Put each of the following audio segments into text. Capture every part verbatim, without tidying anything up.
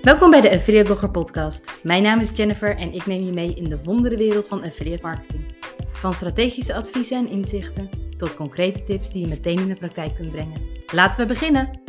Welkom bij de Affiliate Blogger podcast. Mijn naam is Jennifer en ik neem je mee in de wonderenwereld van affiliate marketing. Van strategische adviezen en inzichten tot concrete tips die je meteen in de praktijk kunt brengen. Laten we beginnen!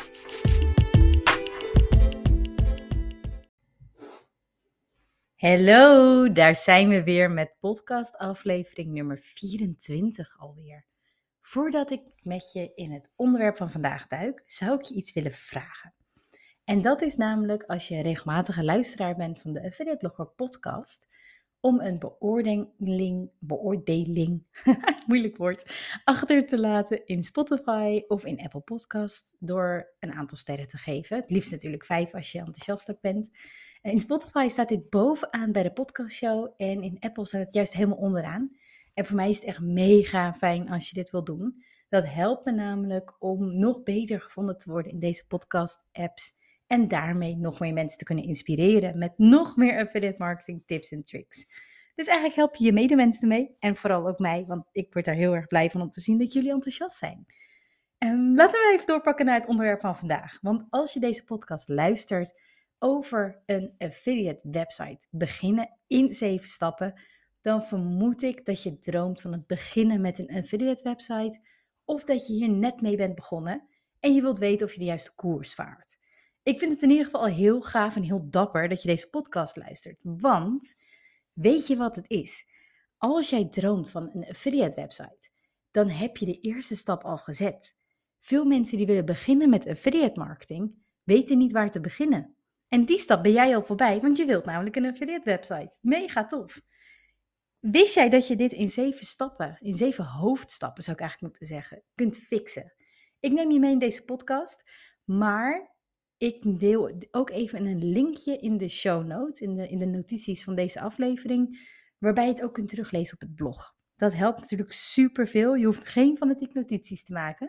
Hallo, daar zijn we weer met podcast aflevering nummer vierentwintig alweer. Voordat ik met je in het onderwerp van vandaag duik, zou ik je iets willen vragen. En dat is namelijk als je een regelmatige luisteraar bent van de Affiliate Blogger podcast, om een beoordeling, beoordeling, moeilijk woord, achter te laten in Spotify of in Apple Podcast door een aantal sterren te geven. Het liefst natuurlijk vijf als je enthousiast bent. In Spotify staat dit bovenaan bij de podcastshow en in Apple staat het juist helemaal onderaan. En voor mij is het echt mega fijn als je dit wil doen. Dat helpt me namelijk om nog beter gevonden te worden in deze podcast-apps. En daarmee nog meer mensen te kunnen inspireren met nog meer affiliate marketing tips en tricks. Dus eigenlijk help je je medemensen mee en vooral ook mij, want ik word daar heel erg blij van om te zien dat jullie enthousiast zijn. Um, laten we even doorpakken naar het onderwerp van vandaag. Want als je deze podcast luistert over een affiliate website beginnen in zeven stappen, dan vermoed ik dat je droomt van het beginnen met een affiliate website of dat je hier net mee bent begonnen en je wilt weten of je de juiste koers vaart. Ik vind het in ieder geval al heel gaaf en heel dapper dat je deze podcast luistert. Want, weet je wat het is? Als jij droomt van een affiliate website, dan heb je de eerste stap al gezet. Veel mensen die willen beginnen met affiliate marketing, weten niet waar te beginnen. En die stap ben jij al voorbij, want je wilt namelijk een affiliate website. Mega tof! Wist jij dat je dit in zeven stappen, in zeven hoofdstappen zou ik eigenlijk moeten zeggen, kunt fixen? Ik neem je mee in deze podcast, maar ik deel ook even een linkje in de show notes, in de, in de notities van deze aflevering, waarbij je het ook kunt teruglezen op het blog. Dat helpt natuurlijk superveel. Je hoeft geen fanatiek notities te maken,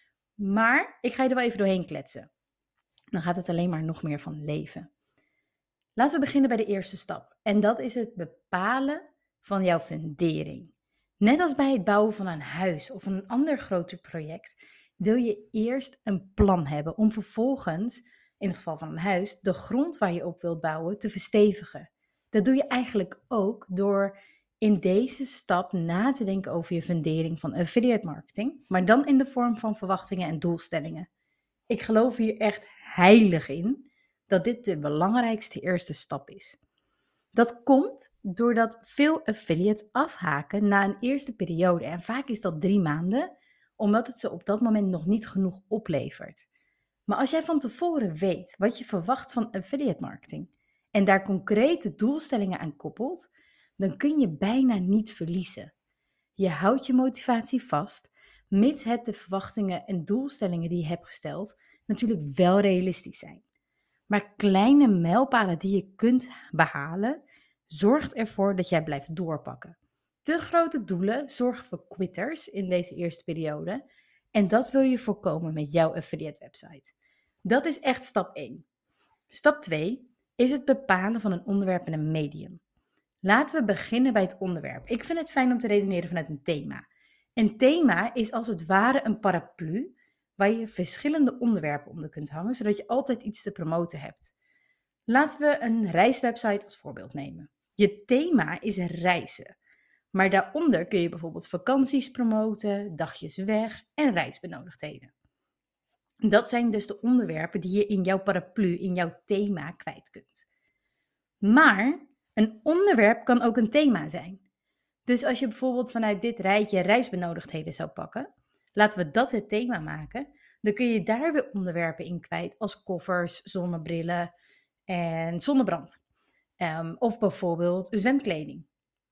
maar ik ga je er wel even doorheen kletsen. Dan gaat het alleen maar nog meer van leven. Laten we beginnen bij de eerste stap. En dat is het bepalen van jouw fundering. Net als bij het bouwen van een huis of een ander groter project, wil je eerst een plan hebben om vervolgens, in het geval van een huis, de grond waar je op wilt bouwen te verstevigen. Dat doe je eigenlijk ook door in deze stap na te denken over je fundering van affiliate marketing, maar dan in de vorm van verwachtingen en doelstellingen. Ik geloof hier echt heilig in dat dit de belangrijkste eerste stap is. Dat komt doordat veel affiliates afhaken na een eerste periode en vaak is dat drie maanden, omdat het ze op dat moment nog niet genoeg oplevert. Maar als jij van tevoren weet wat je verwacht van affiliate marketing en daar concrete doelstellingen aan koppelt, dan kun je bijna niet verliezen. Je houdt je motivatie vast, mits het de verwachtingen en doelstellingen die je hebt gesteld natuurlijk wel realistisch zijn. Maar kleine mijlpalen die je kunt behalen, zorgt ervoor dat jij blijft doorpakken. Te grote doelen zorgen voor quitters in deze eerste periode en dat wil je voorkomen met jouw affiliate website. Dat is echt stap één. Stap twee is het bepalen van een onderwerp en een medium. Laten we beginnen bij het onderwerp. Ik vind het fijn om te redeneren vanuit een thema. Een thema is als het ware een paraplu waar je verschillende onderwerpen onder kunt hangen, zodat je altijd iets te promoten hebt. Laten we een reiswebsite als voorbeeld nemen. Je thema is reizen, maar daaronder kun je bijvoorbeeld vakanties promoten, dagjes weg en reisbenodigdheden. Dat zijn dus de onderwerpen die je in jouw paraplu, in jouw thema kwijt kunt. Maar een onderwerp kan ook een thema zijn. Dus als je bijvoorbeeld vanuit dit rijtje reisbenodigdheden zou pakken, laten we dat het thema maken, dan kun je daar weer onderwerpen in kwijt als koffers, zonnebrillen en zonnebrand. Um, of bijvoorbeeld zwemkleding.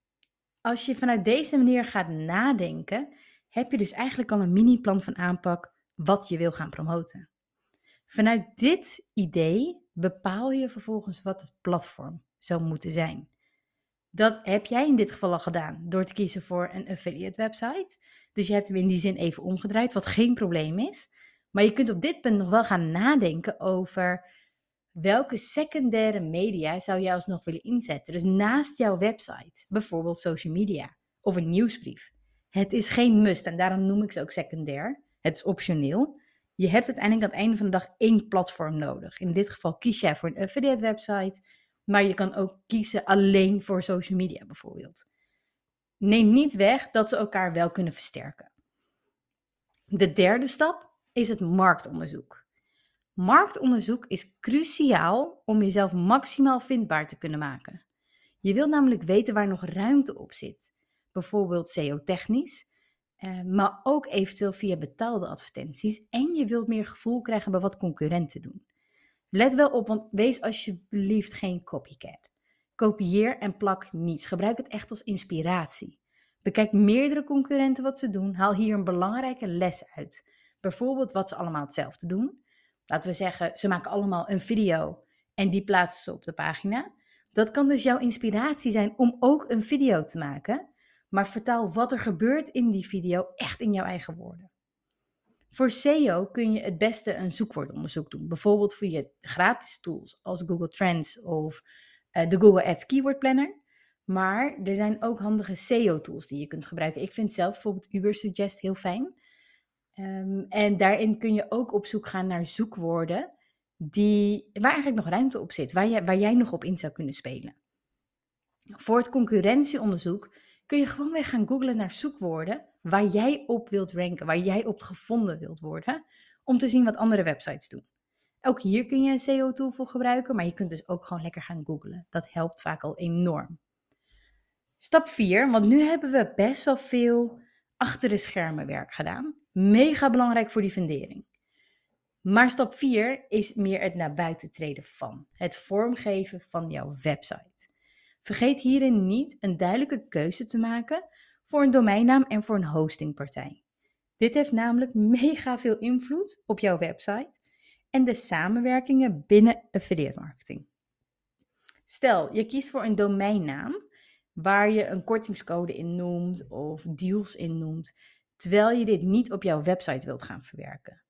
Als je vanuit deze manier gaat nadenken, heb je dus eigenlijk al een mini-plan van aanpak wat je wil gaan promoten. Vanuit dit idee bepaal je vervolgens wat het platform zou moeten zijn. Dat heb jij in dit geval al gedaan door te kiezen voor een affiliate website. Dus je hebt hem in die zin even omgedraaid, wat geen probleem is. Maar je kunt op dit punt nog wel gaan nadenken over welke secundaire media zou je alsnog willen inzetten. Dus naast jouw website, bijvoorbeeld social media of een nieuwsbrief. Het is geen must en daarom noem ik ze ook secundair. Het is optioneel. Je hebt uiteindelijk aan het einde van de dag één platform nodig. In dit geval kies jij voor een affiliate website, maar je kan ook kiezen alleen voor social media bijvoorbeeld. Neem niet weg dat ze elkaar wel kunnen versterken. De derde stap is het marktonderzoek. Marktonderzoek is cruciaal om jezelf maximaal vindbaar te kunnen maken. Je wilt namelijk weten waar nog ruimte op zit. Bijvoorbeeld S E O-technisch, eh, maar ook eventueel via betaalde advertenties. En je wilt meer gevoel krijgen bij wat concurrenten doen. Let wel op, want wees alsjeblieft geen copycat. Kopieer en plak niets. Gebruik het echt als inspiratie. Bekijk meerdere concurrenten wat ze doen. Haal hier een belangrijke les uit. Bijvoorbeeld wat ze allemaal hetzelfde doen. Laten we zeggen, ze maken allemaal een video en die plaatsen ze op de pagina. Dat kan dus jouw inspiratie zijn om ook een video te maken. Maar vertaal wat er gebeurt in die video echt in jouw eigen woorden. Voor S E O kun je het beste een zoekwoordonderzoek doen. Bijvoorbeeld via gratis tools als Google Trends of uh, de Google Ads Keyword Planner. Maar er zijn ook handige S E O-tools die je kunt gebruiken. Ik vind zelf bijvoorbeeld Ubersuggest heel fijn. Um, en daarin kun je ook op zoek gaan naar zoekwoorden die, waar eigenlijk nog ruimte op zit, waar, je, waar jij nog op in zou kunnen spelen. Voor het concurrentieonderzoek kun je gewoon weer gaan googlen naar zoekwoorden waar jij op wilt ranken, waar jij op gevonden wilt worden, om te zien wat andere websites doen. Ook hier kun je een S E O-tool voor gebruiken, maar je kunt dus ook gewoon lekker gaan googlen. Dat helpt vaak al enorm. Stap vier, want nu hebben we best wel veel achter de schermen werk gedaan. Mega belangrijk voor die fundering. Maar stap vier is meer het naar buiten treden van. Het vormgeven van jouw website. Vergeet hierin niet een duidelijke keuze te maken voor een domeinnaam en voor een hostingpartij. Dit heeft namelijk mega veel invloed op jouw website en de samenwerkingen binnen affiliate marketing. Stel, je kiest voor een domeinnaam waar je een kortingscode in noemt of deals in noemt, terwijl je dit niet op jouw website wilt gaan verwerken.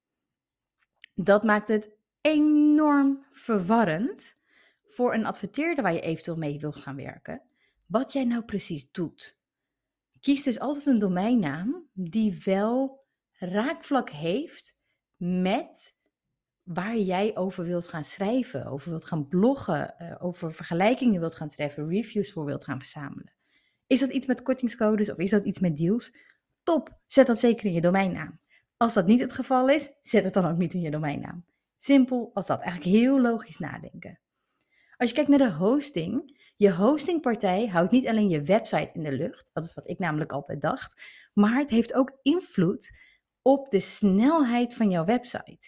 Dat maakt het enorm verwarrend voor een adverteerder waar je eventueel mee wil gaan werken, wat jij nou precies doet. Kies dus altijd een domeinnaam die wel raakvlak heeft met waar jij over wilt gaan schrijven, over wilt gaan bloggen, over vergelijkingen wilt gaan treffen, reviews voor wilt gaan verzamelen. Is dat iets met kortingscodes of is dat iets met deals? Top, zet dat zeker in je domeinnaam. Als dat niet het geval is, zet het dan ook niet in je domeinnaam. Simpel als dat, eigenlijk heel logisch nadenken. Als je kijkt naar de hosting, je hostingpartij houdt niet alleen je website in de lucht, dat is wat ik namelijk altijd dacht, maar het heeft ook invloed op de snelheid van jouw website.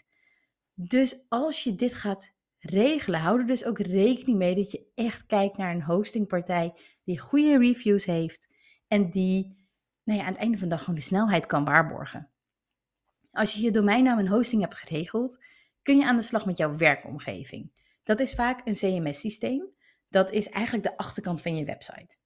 Dus als je dit gaat regelen, hou er dus ook rekening mee dat je echt kijkt naar een hostingpartij die goede reviews heeft en die nou ja, aan het einde van de dag gewoon de snelheid kan waarborgen. Als je je domeinnaam en hosting hebt geregeld, kun je aan de slag met jouw werkomgeving. Dat is vaak een C M S-systeem. Dat is eigenlijk de achterkant van je website.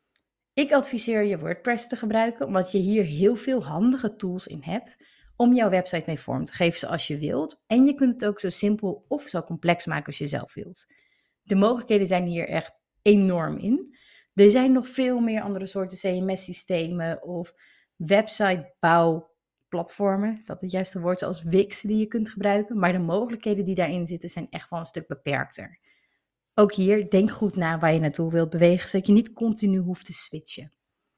Ik adviseer je WordPress te gebruiken, omdat je hier heel veel handige tools in hebt om jouw website mee vorm te geven zoals je wilt. En je kunt het ook zo simpel of zo complex maken als je zelf wilt. De mogelijkheden zijn hier echt enorm in. Er zijn nog veel meer andere soorten C M S-systemen of websitebouwplatformen, is dat het juiste woord, zoals Wix die je kunt gebruiken. Maar de mogelijkheden die daarin zitten zijn echt wel een stuk beperkter. Ook hier, denk goed na waar je naartoe wilt bewegen, zodat je niet continu hoeft te switchen.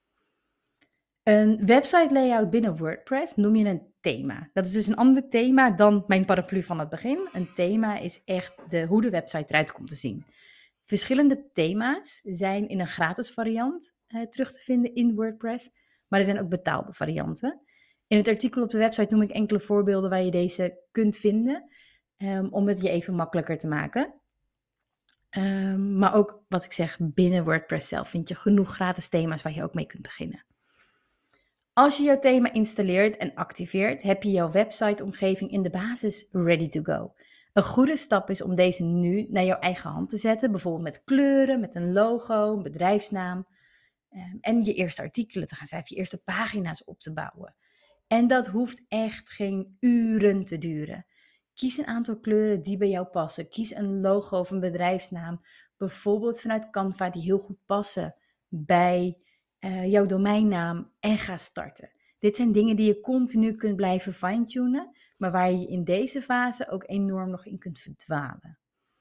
Een website layout binnen WordPress noem je een thema. Dat is dus een ander thema dan mijn paraplu van het begin. Een thema is echt de, hoe de website eruit komt te zien. Verschillende thema's zijn in een gratis variant eh, terug te vinden in WordPress, maar er zijn ook betaalde varianten. In het artikel op de website noem ik enkele voorbeelden waar je deze kunt vinden, um, om het je even makkelijker te maken. Um, maar ook, wat ik zeg, binnen WordPress zelf vind je genoeg gratis thema's waar je ook mee kunt beginnen. Als je jouw thema installeert en activeert, heb je jouw websiteomgeving in de basis ready to go. Een goede stap is om deze nu naar jouw eigen hand te zetten, bijvoorbeeld met kleuren, met een logo, een bedrijfsnaam, um, en je eerste artikelen te gaan schrijven, je eerste pagina's op te bouwen. En dat hoeft echt geen uren te duren. Kies een aantal kleuren die bij jou passen. Kies een logo of een bedrijfsnaam, bijvoorbeeld vanuit Canva, die heel goed passen bij uh, jouw domeinnaam en ga starten. Dit zijn dingen die je continu kunt blijven fine-tunen, maar waar je je in deze fase ook enorm nog in kunt verdwalen.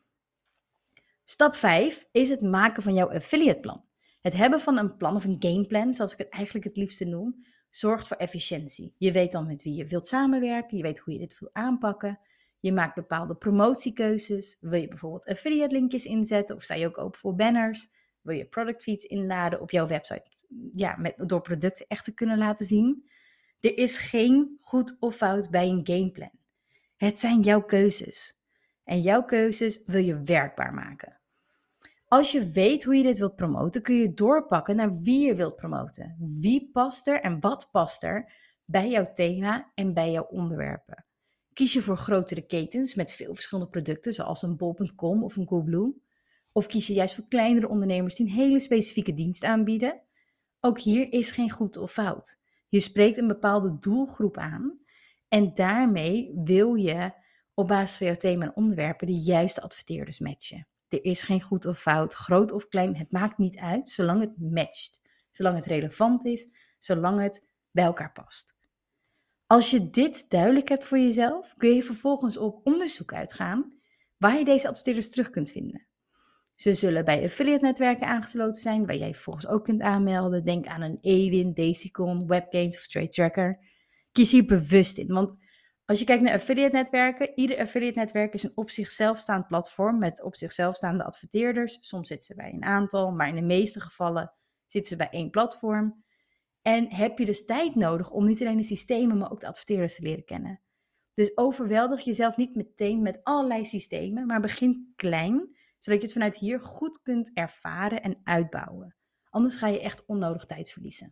Stap vijf is het maken van jouw affiliateplan. Het hebben van een plan of een gameplan, zoals ik het eigenlijk het liefste noem, zorgt voor efficiëntie. Je weet dan met wie je wilt samenwerken, je weet hoe je dit wilt aanpakken. Je maakt bepaalde promotiekeuzes. Wil je bijvoorbeeld affiliate linkjes inzetten of sta je ook open voor banners? Wil je product feeds inladen op jouw website, ja, met, door producten echt te kunnen laten zien? Er is geen goed of fout bij een gameplan. Het zijn jouw keuzes. En jouw keuzes wil je werkbaar maken. Als je weet hoe je dit wilt promoten, kun je doorpakken naar wie je wilt promoten. Wie past er en wat past er bij jouw thema en bij jouw onderwerpen? Kies je voor grotere ketens met veel verschillende producten, zoals een bol punt com of een Coolblue? Of kies je juist voor kleinere ondernemers die een hele specifieke dienst aanbieden? Ook hier is geen goed of fout. Je spreekt een bepaalde doelgroep aan en daarmee wil je op basis van jouw thema en onderwerpen de juiste adverteerders matchen. Er is geen goed of fout, groot of klein, het maakt niet uit, zolang het matcht. Zolang het relevant is, zolang het bij elkaar past. Als je dit duidelijk hebt voor jezelf, kun je vervolgens op onderzoek uitgaan waar je deze adverteerders terug kunt vinden. Ze zullen bij affiliate netwerken aangesloten zijn, waar jij je vervolgens ook kunt aanmelden. Denk aan een Ewin, Dacicon, Webgains of Trade Tracker. Kies hier bewust in, want als je kijkt naar affiliate netwerken, ieder affiliate netwerk is een op zichzelf staand platform met op zichzelf staande adverteerders. Soms zitten ze bij een aantal, maar in de meeste gevallen zitten ze bij één platform. En heb je dus tijd nodig om niet alleen de systemen, maar ook de adverteerders te leren kennen. Dus overweldig jezelf niet meteen met allerlei systemen, maar begin klein, zodat je het vanuit hier goed kunt ervaren en uitbouwen. Anders ga je echt onnodig tijd verliezen.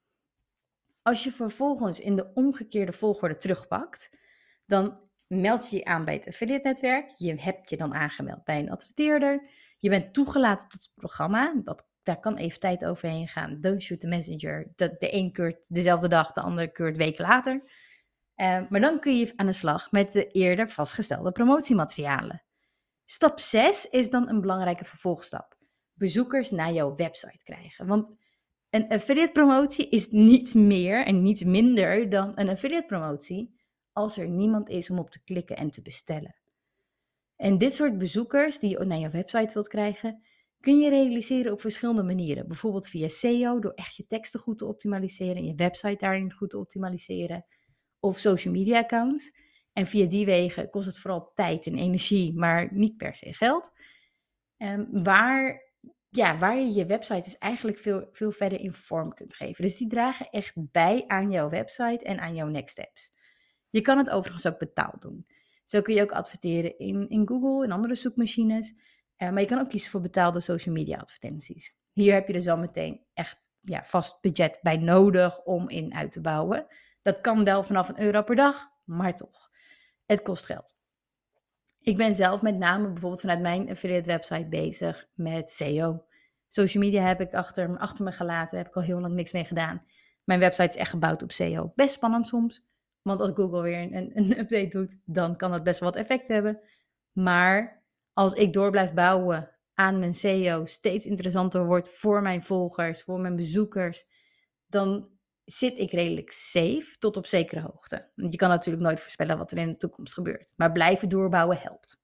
Als je vervolgens in de omgekeerde volgorde terugpakt, dan meld je je aan bij het affiliate netwerk. Je hebt je dan aangemeld bij een adverteerder. Je bent toegelaten tot het programma. Dat, daar kan even tijd overheen gaan. Don't shoot the messenger. De, de een keurt dezelfde dag, de andere keurt weken later. Uh, maar dan kun je aan de slag met de eerder vastgestelde promotiematerialen. Stap zes is dan een belangrijke vervolgstap. Bezoekers naar jouw website krijgen. Want een affiliate promotie is niet meer en niet minder dan een affiliate promotie als er niemand is om op te klikken en te bestellen. En dit soort bezoekers die je naar je website wilt krijgen, kun je realiseren op verschillende manieren. Bijvoorbeeld via S E O, door echt je teksten goed te optimaliseren en je website daarin goed te optimaliseren. Of social media accounts. En via die wegen kost het vooral tijd en energie, maar niet per se geld. Um, waar, ja, waar je je website dus eigenlijk veel, veel verder in vorm kunt geven. Dus die dragen echt bij aan jouw website en aan jouw next steps. Je kan het overigens ook betaald doen. Zo kun je ook adverteren in, in Google en andere zoekmachines. Uh, maar je kan ook kiezen voor betaalde social media advertenties. Hier heb je dus al meteen echt ja, vast budget bij nodig om in uit te bouwen. Dat kan wel vanaf een euro per dag, maar toch. Het kost geld. Ik ben zelf met name bijvoorbeeld vanuit mijn affiliate website bezig met S E O. Social media heb ik achter, achter me gelaten, heb ik al heel lang niks mee gedaan. Mijn website is echt gebouwd op S E O. Best spannend soms, want als Google weer een, een update doet, dan kan dat best wel wat effect hebben. Maar als ik door blijf bouwen aan mijn S E O, steeds interessanter wordt voor mijn volgers, voor mijn bezoekers, dan zit ik redelijk safe tot op zekere hoogte. Je kan natuurlijk nooit voorspellen wat er in de toekomst gebeurt. Maar blijven doorbouwen helpt.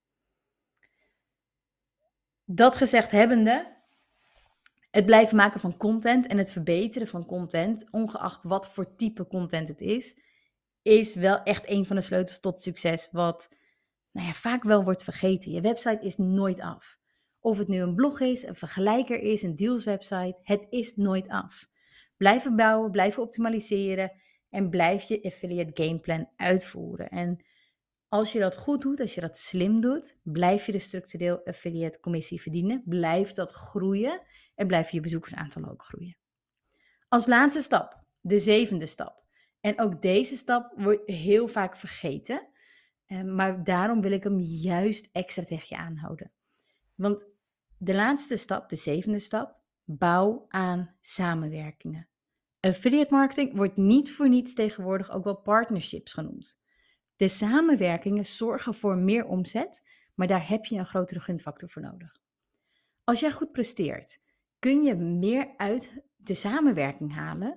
Dat gezegd hebbende, het blijven maken van content en het verbeteren van content, ongeacht wat voor type content het is, is wel echt een van de sleutels tot succes, wat nou ja, vaak wel wordt vergeten. Je website is nooit af. Of het nu een blog is, een vergelijker is, een dealswebsite, het is nooit af. Blijven bouwen, blijven optimaliseren en blijf je affiliate gameplan uitvoeren. En als je dat goed doet, als je dat slim doet, blijf je de structureel affiliate commissie verdienen. Blijft dat groeien en blijf je bezoekersaantal ook groeien. Als laatste stap, de zevende stap. En ook deze stap wordt heel vaak vergeten, maar daarom wil ik hem juist extra tegen je aanhouden. Want de laatste stap, de zevende stap, bouw aan samenwerkingen. Affiliate marketing wordt niet voor niets tegenwoordig ook wel partnerships genoemd. De samenwerkingen zorgen voor meer omzet, maar daar heb je een grotere gunfactor voor nodig. Als jij goed presteert, kun je meer uit de samenwerking halen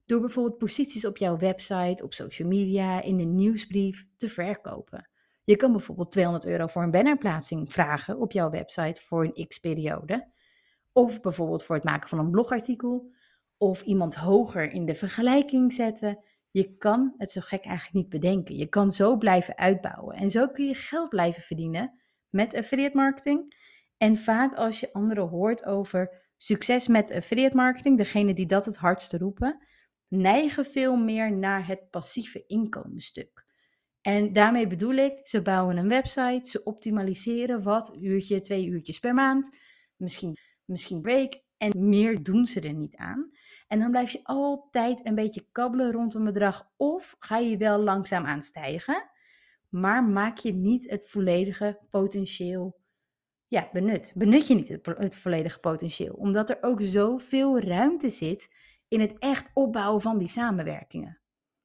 door bijvoorbeeld posities op jouw website, op social media, in een nieuwsbrief te verkopen. Je kan bijvoorbeeld tweehonderd euro voor een bannerplaatsing vragen op jouw website voor een x-periode. Of bijvoorbeeld voor het maken van een blogartikel. Of iemand hoger in de vergelijking zetten. Je kan het zo gek eigenlijk niet bedenken. Je kan zo blijven uitbouwen. En zo kun je geld blijven verdienen met affiliate marketing. En vaak als je anderen hoort over succes met affiliate marketing, degene die dat het hardste roepen, neigen veel meer naar het passieve inkomensstuk. En daarmee bedoel ik, ze bouwen een website, ze optimaliseren wat, uurtje, twee uurtjes per maand, misschien, misschien break en meer doen ze er niet aan. En dan blijf je altijd een beetje kabbelen rond een bedrag of ga je wel langzaam aan stijgen, maar maak je niet het volledige potentieel, ja, benut. Benut je niet het, het volledige potentieel, omdat er ook zoveel ruimte zit in het echt opbouwen van die samenwerkingen.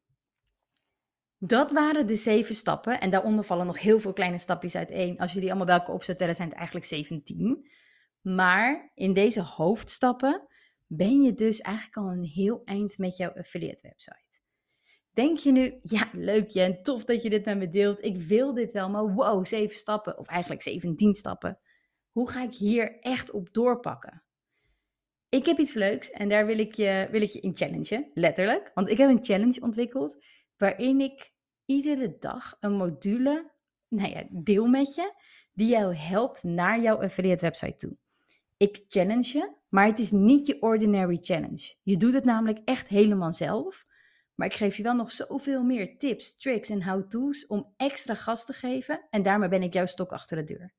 Dat waren de zeven stappen en daaronder vallen nog heel veel kleine stapjes uiteen. Als je die allemaal bij elkaar op zou tellen, zijn het eigenlijk zeventien. Maar in deze hoofdstappen ben je dus eigenlijk al een heel eind met jouw affiliate website. Denk je nu, ja leuk Jen, tof dat je dit met me deelt. Ik wil dit wel, maar wow, zeven stappen, of eigenlijk zeventien stappen. Hoe ga ik hier echt op doorpakken? Ik heb iets leuks en daar wil ik je, wil ik je in challengen, letterlijk. Want ik heb een challenge ontwikkeld waarin ik iedere dag een module, nou ja, deel met je, die jou helpt naar jouw affiliate website toe. Ik challenge je, maar het is niet je ordinary challenge. Je doet het namelijk echt helemaal zelf. Maar ik geef je wel nog zoveel meer tips, tricks en how-to's om extra gas te geven. En daarmee ben ik jouw stok achter de deur.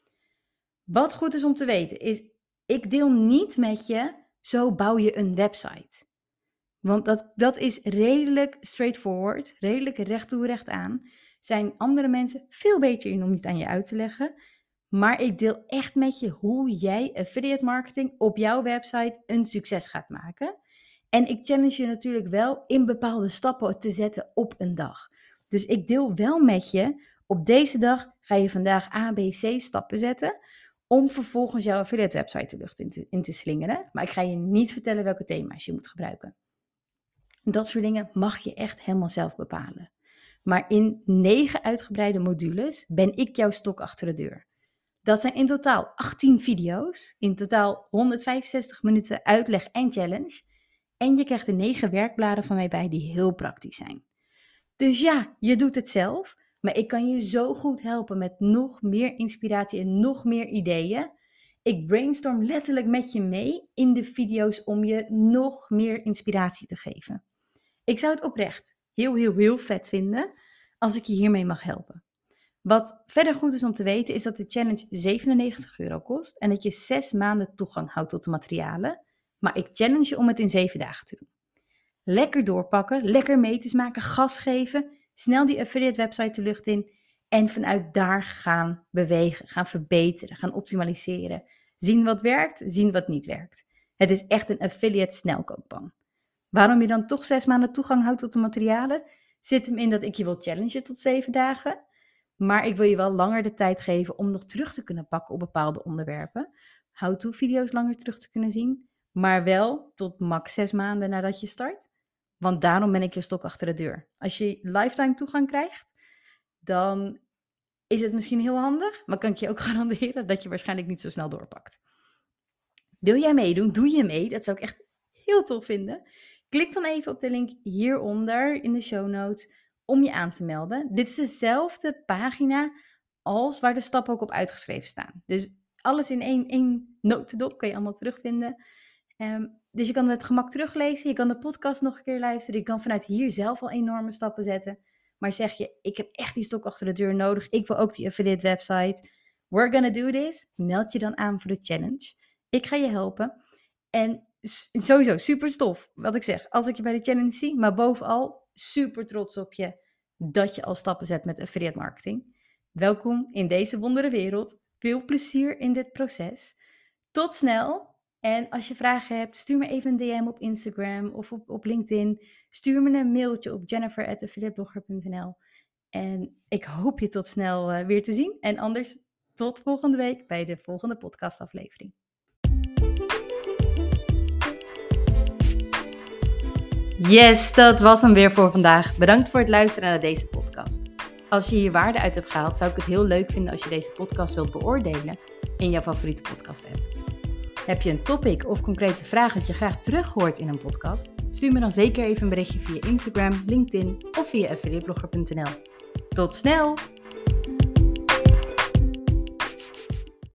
Wat goed is om te weten is, ik deel niet met je, zo bouw je een website. Want dat, dat is redelijk straightforward, redelijk recht toe recht aan. Zijn andere mensen veel beter in om het aan je uit te leggen. Maar ik deel echt met je hoe jij affiliate marketing op jouw website een succes gaat maken. En ik challenge je natuurlijk wel in bepaalde stappen te zetten op een dag. Dus ik deel wel met je, op deze dag ga je vandaag A, B, C stappen zetten om vervolgens jouw affiliate website de lucht in te, in te slingeren. Maar ik ga je niet vertellen welke thema's je moet gebruiken. Dat soort dingen mag je echt helemaal zelf bepalen. Maar in negen uitgebreide modules ben ik jouw stok achter de deur. Dat zijn in totaal achttien video's, in totaal honderdvijfenzestig minuten uitleg en challenge. En je krijgt er negen werkbladen van mij bij die heel praktisch zijn. Dus ja, je doet het zelf, maar ik kan je zo goed helpen met nog meer inspiratie en nog meer ideeën. Ik brainstorm letterlijk met je mee in de video's om je nog meer inspiratie te geven. Ik zou het oprecht heel, heel, heel vet vinden als ik je hiermee mag helpen. Wat verder goed is om te weten is dat de challenge zevenennegentig euro kost en dat je zes maanden toegang houdt tot de materialen. Maar ik challenge je om het in zeven dagen te doen. Lekker doorpakken, lekker meters maken, gas geven, snel die affiliate website de lucht in en vanuit daar gaan bewegen, gaan verbeteren, gaan optimaliseren. Zien wat werkt, zien wat niet werkt. Het is echt een affiliate snelkookpan. Waarom je dan toch zes maanden toegang houdt tot de materialen, zit hem in dat ik je wil challengen tot zeven dagen. Maar ik wil je wel langer de tijd geven om nog terug te kunnen pakken op bepaalde onderwerpen. How-to video's langer terug te kunnen zien. Maar wel tot max zes maanden nadat je start. Want daarom ben ik je stok achter de deur. Als je lifetime toegang krijgt, dan is het misschien heel handig. Maar kan ik je ook garanderen dat je waarschijnlijk niet zo snel doorpakt. Wil jij meedoen? Doe je mee. Dat zou ik echt heel tof vinden. Klik dan even op de link hieronder in de show notes om je aan te melden. Dit is dezelfde pagina als waar de stappen ook op uitgeschreven staan. Dus alles in één, één notendop kan je allemaal terugvinden. Um, dus je kan het gemak teruglezen. Je kan de podcast nog een keer luisteren. Je kan vanuit hier zelf al enorme stappen zetten. Maar zeg je, ik heb echt die stok achter de deur nodig. Ik wil ook die affiliate website. We're gonna do this. Meld je dan aan voor de challenge. Ik ga je helpen. En sowieso super tof, wat ik zeg, als ik je bij de challenge zie. Maar bovenal super trots op je dat je al stappen zet met affiliate marketing. Welkom in deze wondere wereld. Veel plezier in dit proces. Tot snel. En als je vragen hebt, stuur me even een D M op Instagram of op, op LinkedIn. Stuur me een mailtje op jennifer at affiliateblogger punt n l. En ik hoop je tot snel uh, weer te zien. En anders tot volgende week bij de volgende podcastaflevering. Yes, dat was hem weer voor vandaag. Bedankt voor het luisteren naar deze podcast. Als je hier waarde uit hebt gehaald, zou ik het heel leuk vinden als je deze podcast wilt beoordelen in jouw favoriete podcast app. Heb je een topic of concrete vraag dat je graag terug hoort in een podcast? Stuur me dan zeker even een berichtje via Instagram, LinkedIn of via affiliateblogger punt n l. Tot snel!